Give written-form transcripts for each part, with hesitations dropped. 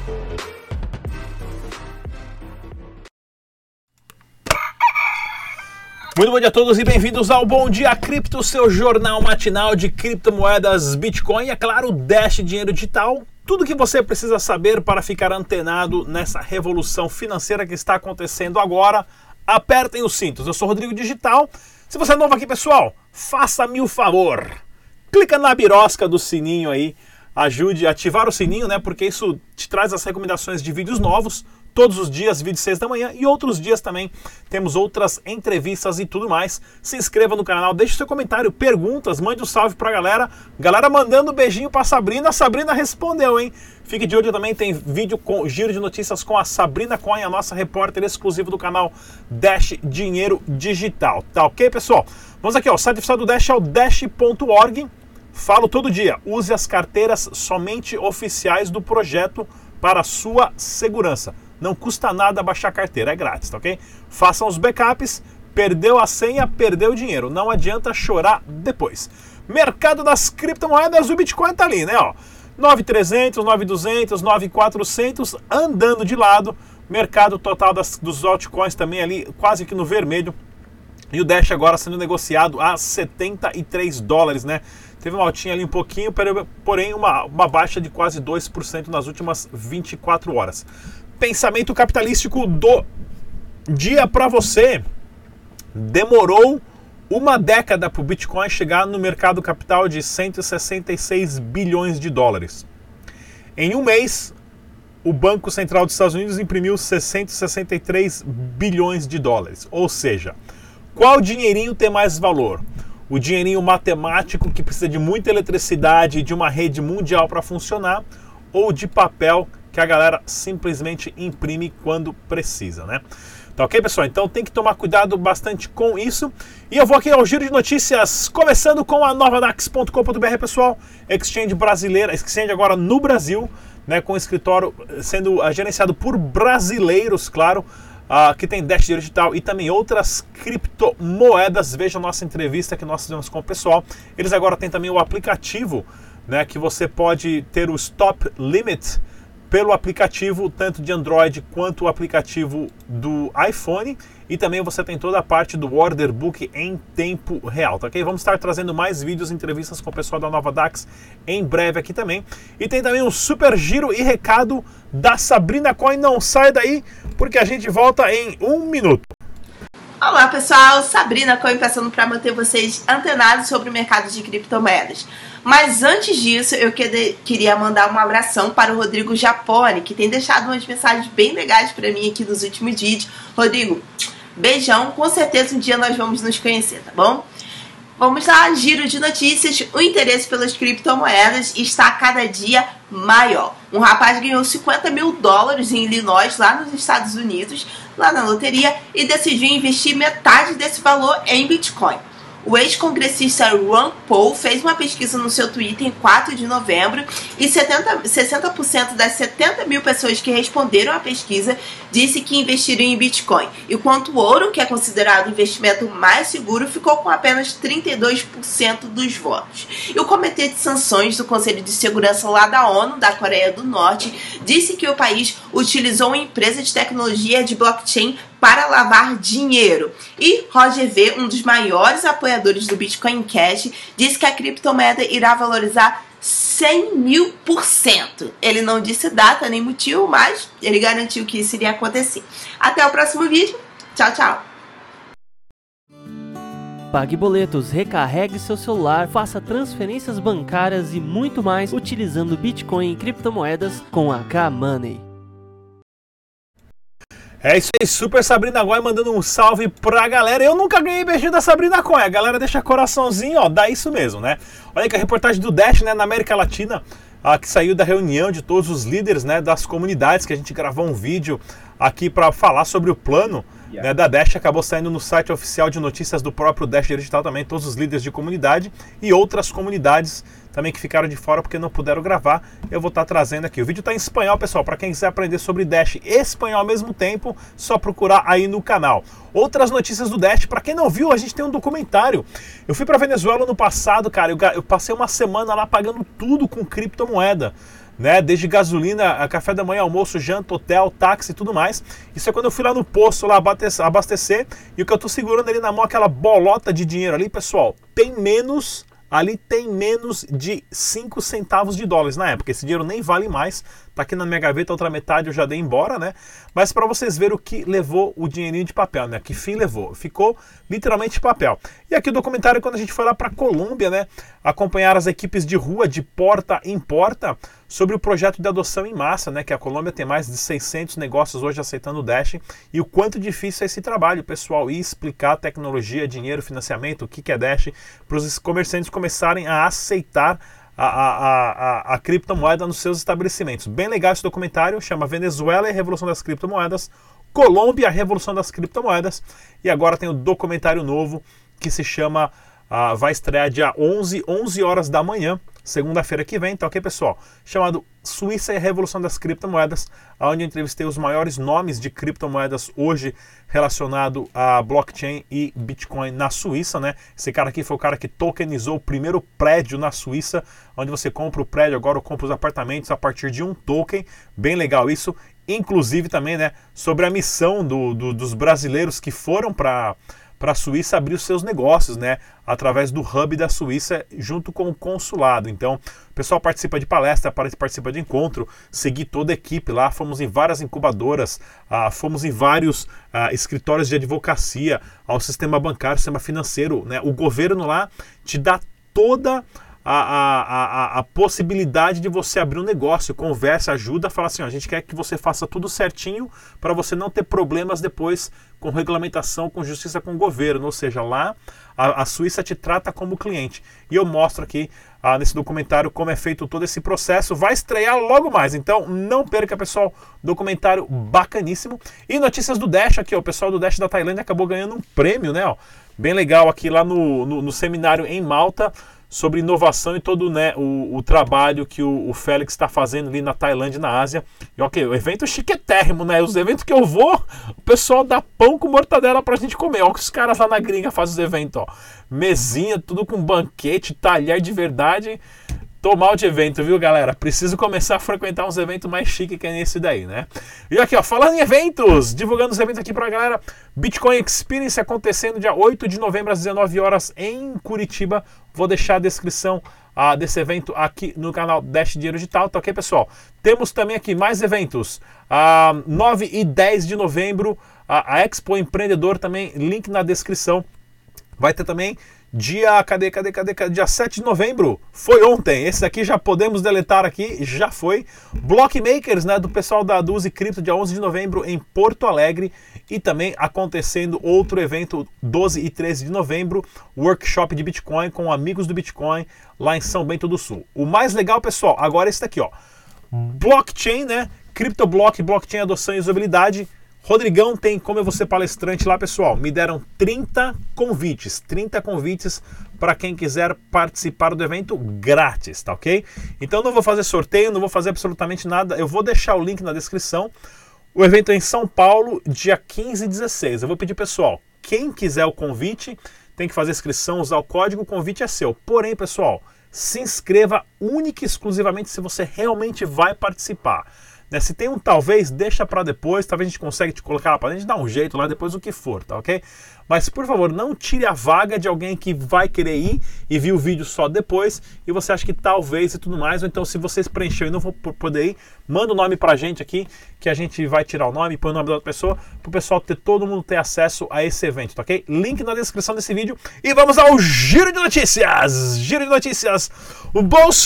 Muito bom dia a todos e bem-vindos ao Bom Dia Cripto, seu jornal matinal de criptomoedas, Bitcoin e, é claro, Dash Dinheiro Digital. Tudo o que você precisa saber para ficar antenado nessa revolução financeira que está acontecendo agora. Apertem os cintos. Eu sou Rodrigo Digital. Se você é novo aqui, pessoal, faça-me o favor. Clica na birosca do sininho aí. Ajude a ativar o sininho, né? Porque isso te traz as recomendações de vídeos novos. Todos os dias, vídeo 6 da manhã, e outros dias também temos outras entrevistas e tudo mais. Se inscreva no canal, deixe seu comentário, perguntas, mande um salve pra galera. Galera mandando um beijinho pra Sabrina. A Sabrina respondeu, hein? Fique de olho também, tem vídeo com giro de notícias com a Sabrina Coin, a nossa repórter exclusiva do canal Dash Dinheiro Digital. Tá ok, pessoal? Vamos aqui, ó. O site oficial do Dash é o dash.org. Falo todo dia, use as carteiras somente oficiais do projeto para a sua segurança. Não custa nada baixar a carteira, é grátis, tá ok? Façam os backups, perdeu a senha, perdeu o dinheiro. Não adianta chorar depois. Mercado das criptomoedas, o Bitcoin tá ali, né? Ó, 9.300, 9.200, 9.400, andando de lado. Mercado total dos altcoins também ali, quase que no vermelho. E o Dash agora sendo negociado a 73 dólares, né? Teve uma altinha ali um pouquinho, porém uma baixa de quase 2% nas últimas 24 horas. Pensamento capitalístico do dia para você. Demorou uma década para o Bitcoin chegar no mercado capital de 166 bilhões de dólares. Em um mês, o Banco Central dos Estados Unidos imprimiu 663 bilhões de dólares. Ou seja, qual dinheirinho tem mais valor? O dinheirinho matemático que precisa de muita eletricidade e de uma rede mundial para funcionar, ou de papel que a galera simplesmente imprime quando precisa, né? Tá ok, pessoal? Então tem que tomar cuidado bastante com isso. E eu vou aqui ao giro de notícias, começando com a novadax.com.br, pessoal. Exchange brasileira, exchange agora no Brasil, né? Com o escritório sendo gerenciado por brasileiros, claro. Que tem Dash Dinheiro Digital e também outras criptomoedas. Veja a nossa entrevista que nós fizemos com o pessoal. Eles agora têm também o aplicativo, né, que você pode ter o Stop Limit pelo aplicativo, tanto de Android quanto o aplicativo do iPhone. E também você tem toda a parte do Order Book em tempo real, tá ok? Vamos estar trazendo mais vídeos, entrevistas com o pessoal da Nova Dax em breve aqui também. E tem também um super giro e recado da Sabrina Coin. Não sai daí, porque a gente volta em 1 minuto. Olá pessoal, Sabrina Coin passando para manter vocês antenados sobre o mercado de criptomoedas. Mas antes disso, eu queria mandar um abração para o Rodrigo Japone, que tem deixado umas mensagens bem legais para mim aqui nos últimos vídeos. Rodrigo, beijão, com certeza um dia nós vamos nos conhecer, tá bom? Vamos lá, giro de notícias. O interesse pelas criptomoedas está cada dia maior. Um rapaz ganhou 50 mil dólares em Illinois, lá nos Estados Unidos, lá na loteria, e decidiu investir metade desse valor em Bitcoin. O ex-congressista Ron Paul fez uma pesquisa no seu Twitter em 4 de novembro e 60% das 70 mil pessoas que responderam à pesquisa disse que investiram em Bitcoin, enquanto o ouro, que é considerado o investimento mais seguro, ficou com apenas 32% dos votos. E o Comitê de Sanções do Conselho de Segurança lá da ONU, da Coreia do Norte, disse que o país utilizou uma empresa de tecnologia de blockchain para lavar dinheiro. E Roger V, um dos maiores apoiadores do Bitcoin Cash, disse que a criptomoeda irá valorizar 100.000%. Ele não disse data nem motivo, mas ele garantiu que isso iria acontecer. Até o próximo vídeo. Tchau, tchau. Pague boletos, recarregue seu celular, faça transferências bancárias e muito mais utilizando Bitcoin e criptomoedas com a K-Money. É isso aí, Super Sabrina Coin mandando um salve pra galera. Eu nunca ganhei beijinho da Sabrina Coin. A galera deixa coraçãozinho, ó, dá isso mesmo, né? Olha que a reportagem do Dash, né, na América Latina, que saiu da reunião de todos os líderes, né, das comunidades, que a gente gravou um vídeo aqui para falar sobre o plano, né, da Dash. Acabou saindo no site oficial de notícias do próprio Dash Digital também, todos os líderes de comunidade e outras comunidades também que ficaram de fora porque não puderam gravar. Eu vou estar trazendo aqui. O vídeo está em espanhol, pessoal, para quem quiser aprender sobre Dash e espanhol ao mesmo tempo, só procurar aí no canal. Outras notícias do Dash, para quem não viu, a gente tem um documentário. Eu fui para Venezuela no passado, cara, eu passei uma semana lá pagando tudo com criptomoeda. né? Desde gasolina, café da manhã, almoço, janta, hotel, táxi e tudo mais. Isso é quando eu fui lá no posto lá abastecer, e o que eu tô segurando ali na mão, aquela bolota de dinheiro ali, pessoal, ali tem menos de 5 centavos de dólares na época. Esse dinheiro nem vale mais. Tá aqui na minha gaveta, a outra metade eu já dei embora, né? Mas para vocês verem o que levou o dinheirinho de papel, né? Que fim levou? Ficou literalmente papel. E aqui o documentário, quando a gente foi lá para Colômbia, né? Acompanhar as equipes de rua, de porta em porta, sobre o projeto de adoção em massa, né? Que a Colômbia tem mais de 600 negócios hoje aceitando o Dash. E o quanto difícil é esse trabalho, pessoal. E explicar tecnologia, dinheiro, financiamento, o que é Dash, para os comerciantes começarem a aceitar a criptomoeda nos seus estabelecimentos. Bem legal esse documentário, chama Venezuela e a Revolução das Criptomoedas, Colômbia, a Revolução das Criptomoedas, e agora tem o documentário novo que se chama, vai estrear dia 11 horas da manhã, segunda-feira que vem, tá ok, pessoal? Chamado Suíça e a Revolução das Criptomoedas, onde eu entrevistei os maiores nomes de criptomoedas hoje relacionado a blockchain e Bitcoin na Suíça, né? Esse cara aqui foi o cara que tokenizou o primeiro prédio na Suíça, onde você compra o prédio, agora eu compro os apartamentos a partir de um token. Bem legal isso. Inclusive também, né, sobre a missão dos brasileiros que foram para a Suíça abrir os seus negócios, né, através do hub da Suíça junto com o consulado. Então, o pessoal participa de palestra, participa de encontro, segui toda a equipe lá, fomos em várias incubadoras, fomos em vários escritórios de advocacia, ao sistema bancário, sistema financeiro, né, o governo lá te dá toda a possibilidade de você abrir um negócio, conversa, ajuda, fala assim, ó, a gente quer que você faça tudo certinho para você não ter problemas depois com regulamentação, com justiça com o governo, ou seja, lá a Suíça te trata como cliente. E eu mostro aqui nesse documentário como é feito todo esse processo, vai estrear logo mais, então não perca, pessoal, documentário bacaníssimo. E notícias do Dash aqui, ó, o pessoal do Dash da Tailândia acabou ganhando um prêmio, né, ó, bem legal aqui lá no seminário em Malta, sobre inovação e todo, né, o trabalho que o Félix está fazendo ali na Tailândia e na Ásia. E ok, o evento chiquetérrimo, né? Os eventos que eu vou, o pessoal dá pão com mortadela pra gente comer. Olha que os caras lá na gringa fazem os eventos, ó. Mesinha, tudo com banquete, talher de verdade. Tô mal de evento, viu, galera? Preciso começar a frequentar uns eventos mais chiques que é nesse daí, né? E aqui, ó, falando em eventos, divulgando os eventos aqui pra galera, Bitcoin Experience acontecendo dia 8 de novembro às 19 horas em Curitiba. Vou deixar a descrição desse evento aqui no canal Dash Dinheiro Digital, tá ok, pessoal? Temos também aqui mais eventos, 9 e 10 de novembro, a Expo Empreendedor também, link na descrição. Vai ter também dia, dia 7 de novembro, foi ontem, esse aqui já podemos deletar aqui, já foi. Blockmakers, né, do pessoal da Duzi Cripto, dia 11 de novembro em Porto Alegre. E também acontecendo outro evento, 12 e 13 de novembro, workshop de Bitcoin com amigos do Bitcoin, lá em São Bento do Sul. O mais legal, pessoal, agora é esse daqui, ó, blockchain, né, CryptoBlock, blockchain, adoção e usabilidade. Rodrigão tem como eu vou ser palestrante lá, pessoal. Me deram 30 convites para quem quiser participar do evento grátis, tá ok? Então não vou fazer sorteio, não vou fazer absolutamente nada. Eu vou deixar o link na descrição. O evento é em São Paulo, dia 15 e 16. Eu vou pedir, pessoal, quem quiser o convite, tem que fazer inscrição, usar o código, o convite é seu. Porém, pessoal, se inscreva única e exclusivamente se você realmente vai participar. Né? Se tem um talvez, deixa para depois, talvez a gente consiga te colocar lá para dentro, dá um jeito lá depois o que for, tá ok? Mas por favor, não tire a vaga de alguém que vai querer ir e viu o vídeo só depois e você acha que talvez e tudo mais, ou então se vocês preencheu e não vou poder ir, manda o nome pra gente aqui, que a gente vai tirar o nome, põe o nome da outra pessoa, pro pessoal ter, todo mundo ter acesso a esse evento, tá ok? Link na descrição desse vídeo e vamos ao giro de notícias! Giro de notícias! O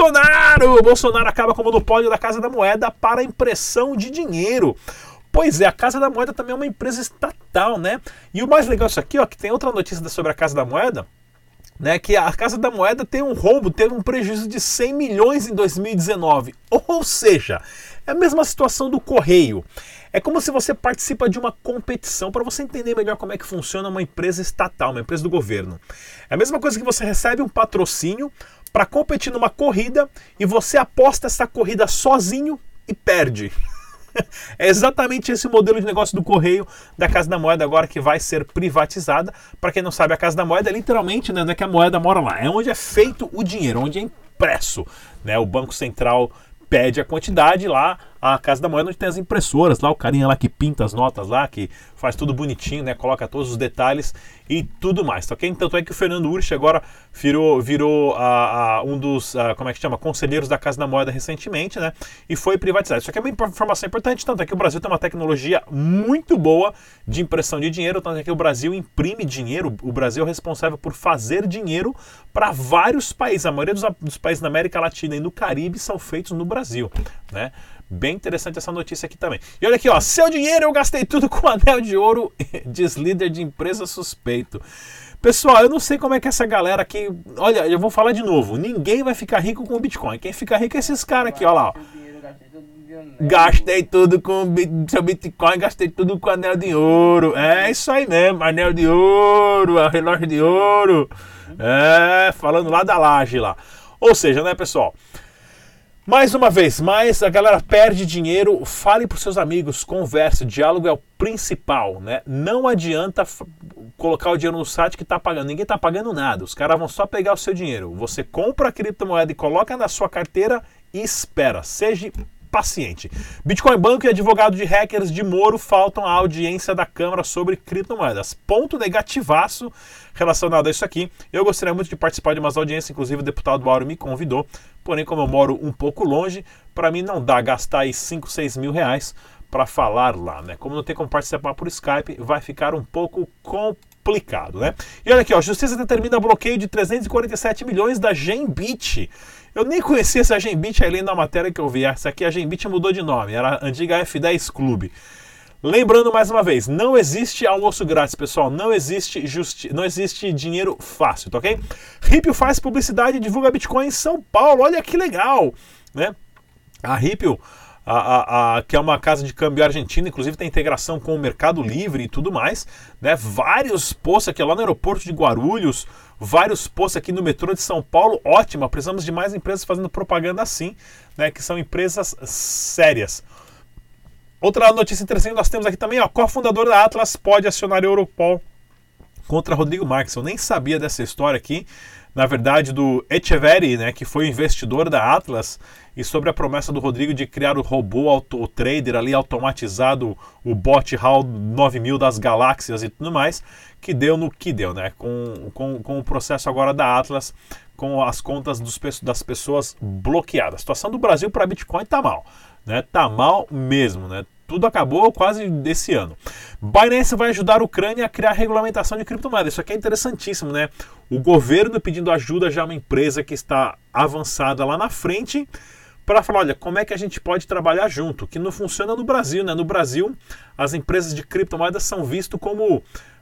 Bolsonaro acaba com o monopólio da Casa da Moeda para impressão de dinheiro. Pois é, a Casa da Moeda também é uma empresa estatal, né? E o mais legal disso aqui, ó, que tem outra notícia sobre a Casa da Moeda, né? Que a Casa da Moeda tem um rombo, teve um prejuízo de 100 milhões em 2019. Ou seja, é a mesma situação do Correio. É como se você participa de uma competição, para você entender melhor como é que funciona uma empresa estatal, uma empresa do governo. É a mesma coisa que você recebe um patrocínio para competir numa corrida e você aposta essa corrida sozinho e perde. É exatamente esse o modelo de negócio do Correio da Casa da Moeda agora que vai ser privatizada. Para quem não sabe, a Casa da Moeda é literalmente, né, não é que a moeda mora lá, é onde é feito o dinheiro, onde é impresso, né? O Banco Central pede a quantidade lá, a Casa da Moeda onde tem as impressoras, lá o carinha lá que pinta as notas lá, que faz tudo bonitinho, né, coloca todos os detalhes e tudo mais, tá ok? Tanto é que o Fernando Urch agora virou um dos, como é que chama, conselheiros da Casa da Moeda recentemente, né, e foi privatizado. Isso aqui é uma informação importante, tanto é que o Brasil tem uma tecnologia muito boa de impressão de dinheiro, tanto é que o Brasil imprime dinheiro, o Brasil é responsável por fazer dinheiro para vários países, a maioria dos países da América Latina e no Caribe são feitos no Brasil, né? Bem interessante essa notícia aqui também. E olha aqui, ó, seu dinheiro eu gastei tudo com anel de ouro, diz líder de empresa suspeito. Pessoal, eu não sei como é que essa galera aqui... Olha, eu vou falar de novo, ninguém vai ficar rico com o Bitcoin. Quem fica rico é esses caras aqui, ó lá, ó. Gastei tudo com seu Bitcoin, gastei tudo com anel de ouro. É isso aí mesmo, anel de ouro, relógio de ouro. É, falando lá da laje lá. Ou seja, né, pessoal? Mais uma vez, a galera perde dinheiro, fale para os seus amigos, converse, o diálogo é o principal, né? Não adianta colocar o dinheiro no site que está pagando, ninguém está pagando nada, os caras vão só pegar o seu dinheiro. Você compra a criptomoeda e coloca na sua carteira e espera, seja paciente. Bitcoin Banco e advogado de hackers de Moro faltam à audiência da Câmara sobre criptomoedas. Ponto negativaço relacionado a isso aqui. Eu gostaria muito de participar de umas audiências, inclusive o deputado Mauro me convidou, porém como eu moro um pouco longe, para mim não dá gastar aí 5, 6 mil reais para falar lá, né? Como não tem como participar por Skype, vai ficar um pouco complicado, né? E olha aqui, ó, a Justiça determina bloqueio de 347 milhões da Genbit. Eu nem conhecia essa Genbit aí lendo a matéria que eu vi. Essa aqui, a Genbit mudou de nome, era a antiga F10 Clube. Lembrando mais uma vez, não existe almoço grátis, pessoal, não existe dinheiro fácil, tá ok? Ripple faz publicidade e divulga Bitcoin em São Paulo, olha que legal, né? A Ripple, que é uma casa de câmbio argentina, inclusive tem integração com o Mercado Livre e tudo mais, né? Vários posts aqui lá no aeroporto de Guarulhos, vários posts aqui no metrô de São Paulo, ótima, precisamos de mais empresas fazendo propaganda assim, né? Que são empresas sérias. Outra notícia interessante nós temos aqui também, ó, cofundador da Atlas pode acionar Europol contra Rodrigo Marques. Eu nem sabia dessa história aqui, na verdade do Echeverry, né, que foi investidor da Atlas, e sobre a promessa do Rodrigo de criar o robô o trader ali automatizado, o bot HAL 9000 das galáxias e tudo mais, que deu no que deu, né, com o processo agora da Atlas, com as contas das pessoas bloqueadas. A situação do Brasil para Bitcoin tá mal, né? Tá mal mesmo, né? Tudo acabou quase desse ano. Binance vai ajudar a Ucrânia a criar regulamentação de criptomoedas. Isso aqui é interessantíssimo, né? O governo pedindo ajuda já a uma empresa que está avançada lá na frente para falar, olha, como é que a gente pode trabalhar junto? Que não funciona no Brasil, né? No Brasil, as empresas de criptomoedas são vistas como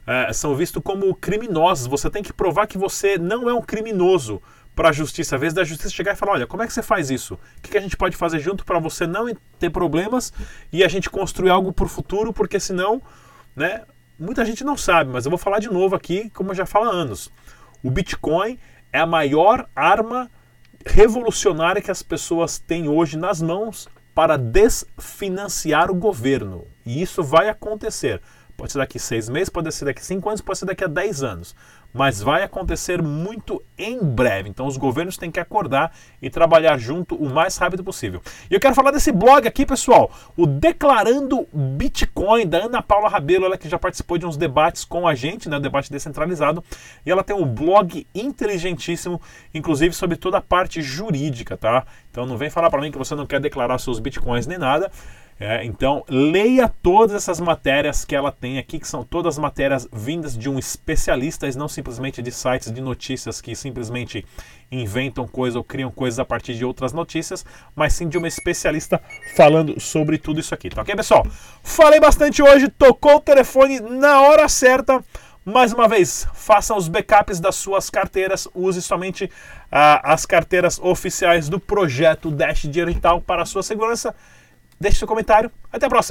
criminosos. Você tem que provar que você não é um criminoso para a justiça. Às vezes da justiça chegar e falar, olha, como é que você faz isso? O que a gente pode fazer junto para você não ter problemas e a gente construir algo para o futuro, porque senão, né, muita gente não sabe, mas eu vou falar de novo aqui, como eu já falo há anos. O Bitcoin é a maior arma revolucionária que as pessoas têm hoje nas mãos para desfinanciar o governo. E isso vai acontecer. Pode ser daqui 6 meses, pode ser daqui 5 anos, pode ser daqui a 10 anos. Mas vai acontecer muito em breve. Então os governos têm que acordar e trabalhar junto o mais rápido possível. E eu quero falar desse blog aqui, pessoal. O Declarando Bitcoin, da Ana Paula Rabelo. Ela que já participou de uns debates com a gente, né? Debate descentralizado. E ela tem um blog inteligentíssimo, inclusive sobre toda a parte jurídica, tá? Então não vem falar para mim que você não quer declarar seus Bitcoins nem nada. Então leia todas essas matérias que ela tem aqui, que são todas matérias vindas de um especialista, e não simplesmente de sites de notícias que simplesmente inventam coisas ou criam coisas a partir de outras notícias, mas sim de uma especialista falando sobre tudo isso aqui, tá ok, pessoal? Falei bastante hoje, tocou o telefone na hora certa. Mais uma vez, façam os backups das suas carteiras, use somente as carteiras oficiais do projeto Dash Digital para a sua segurança. Deixe seu comentário. Até a próxima.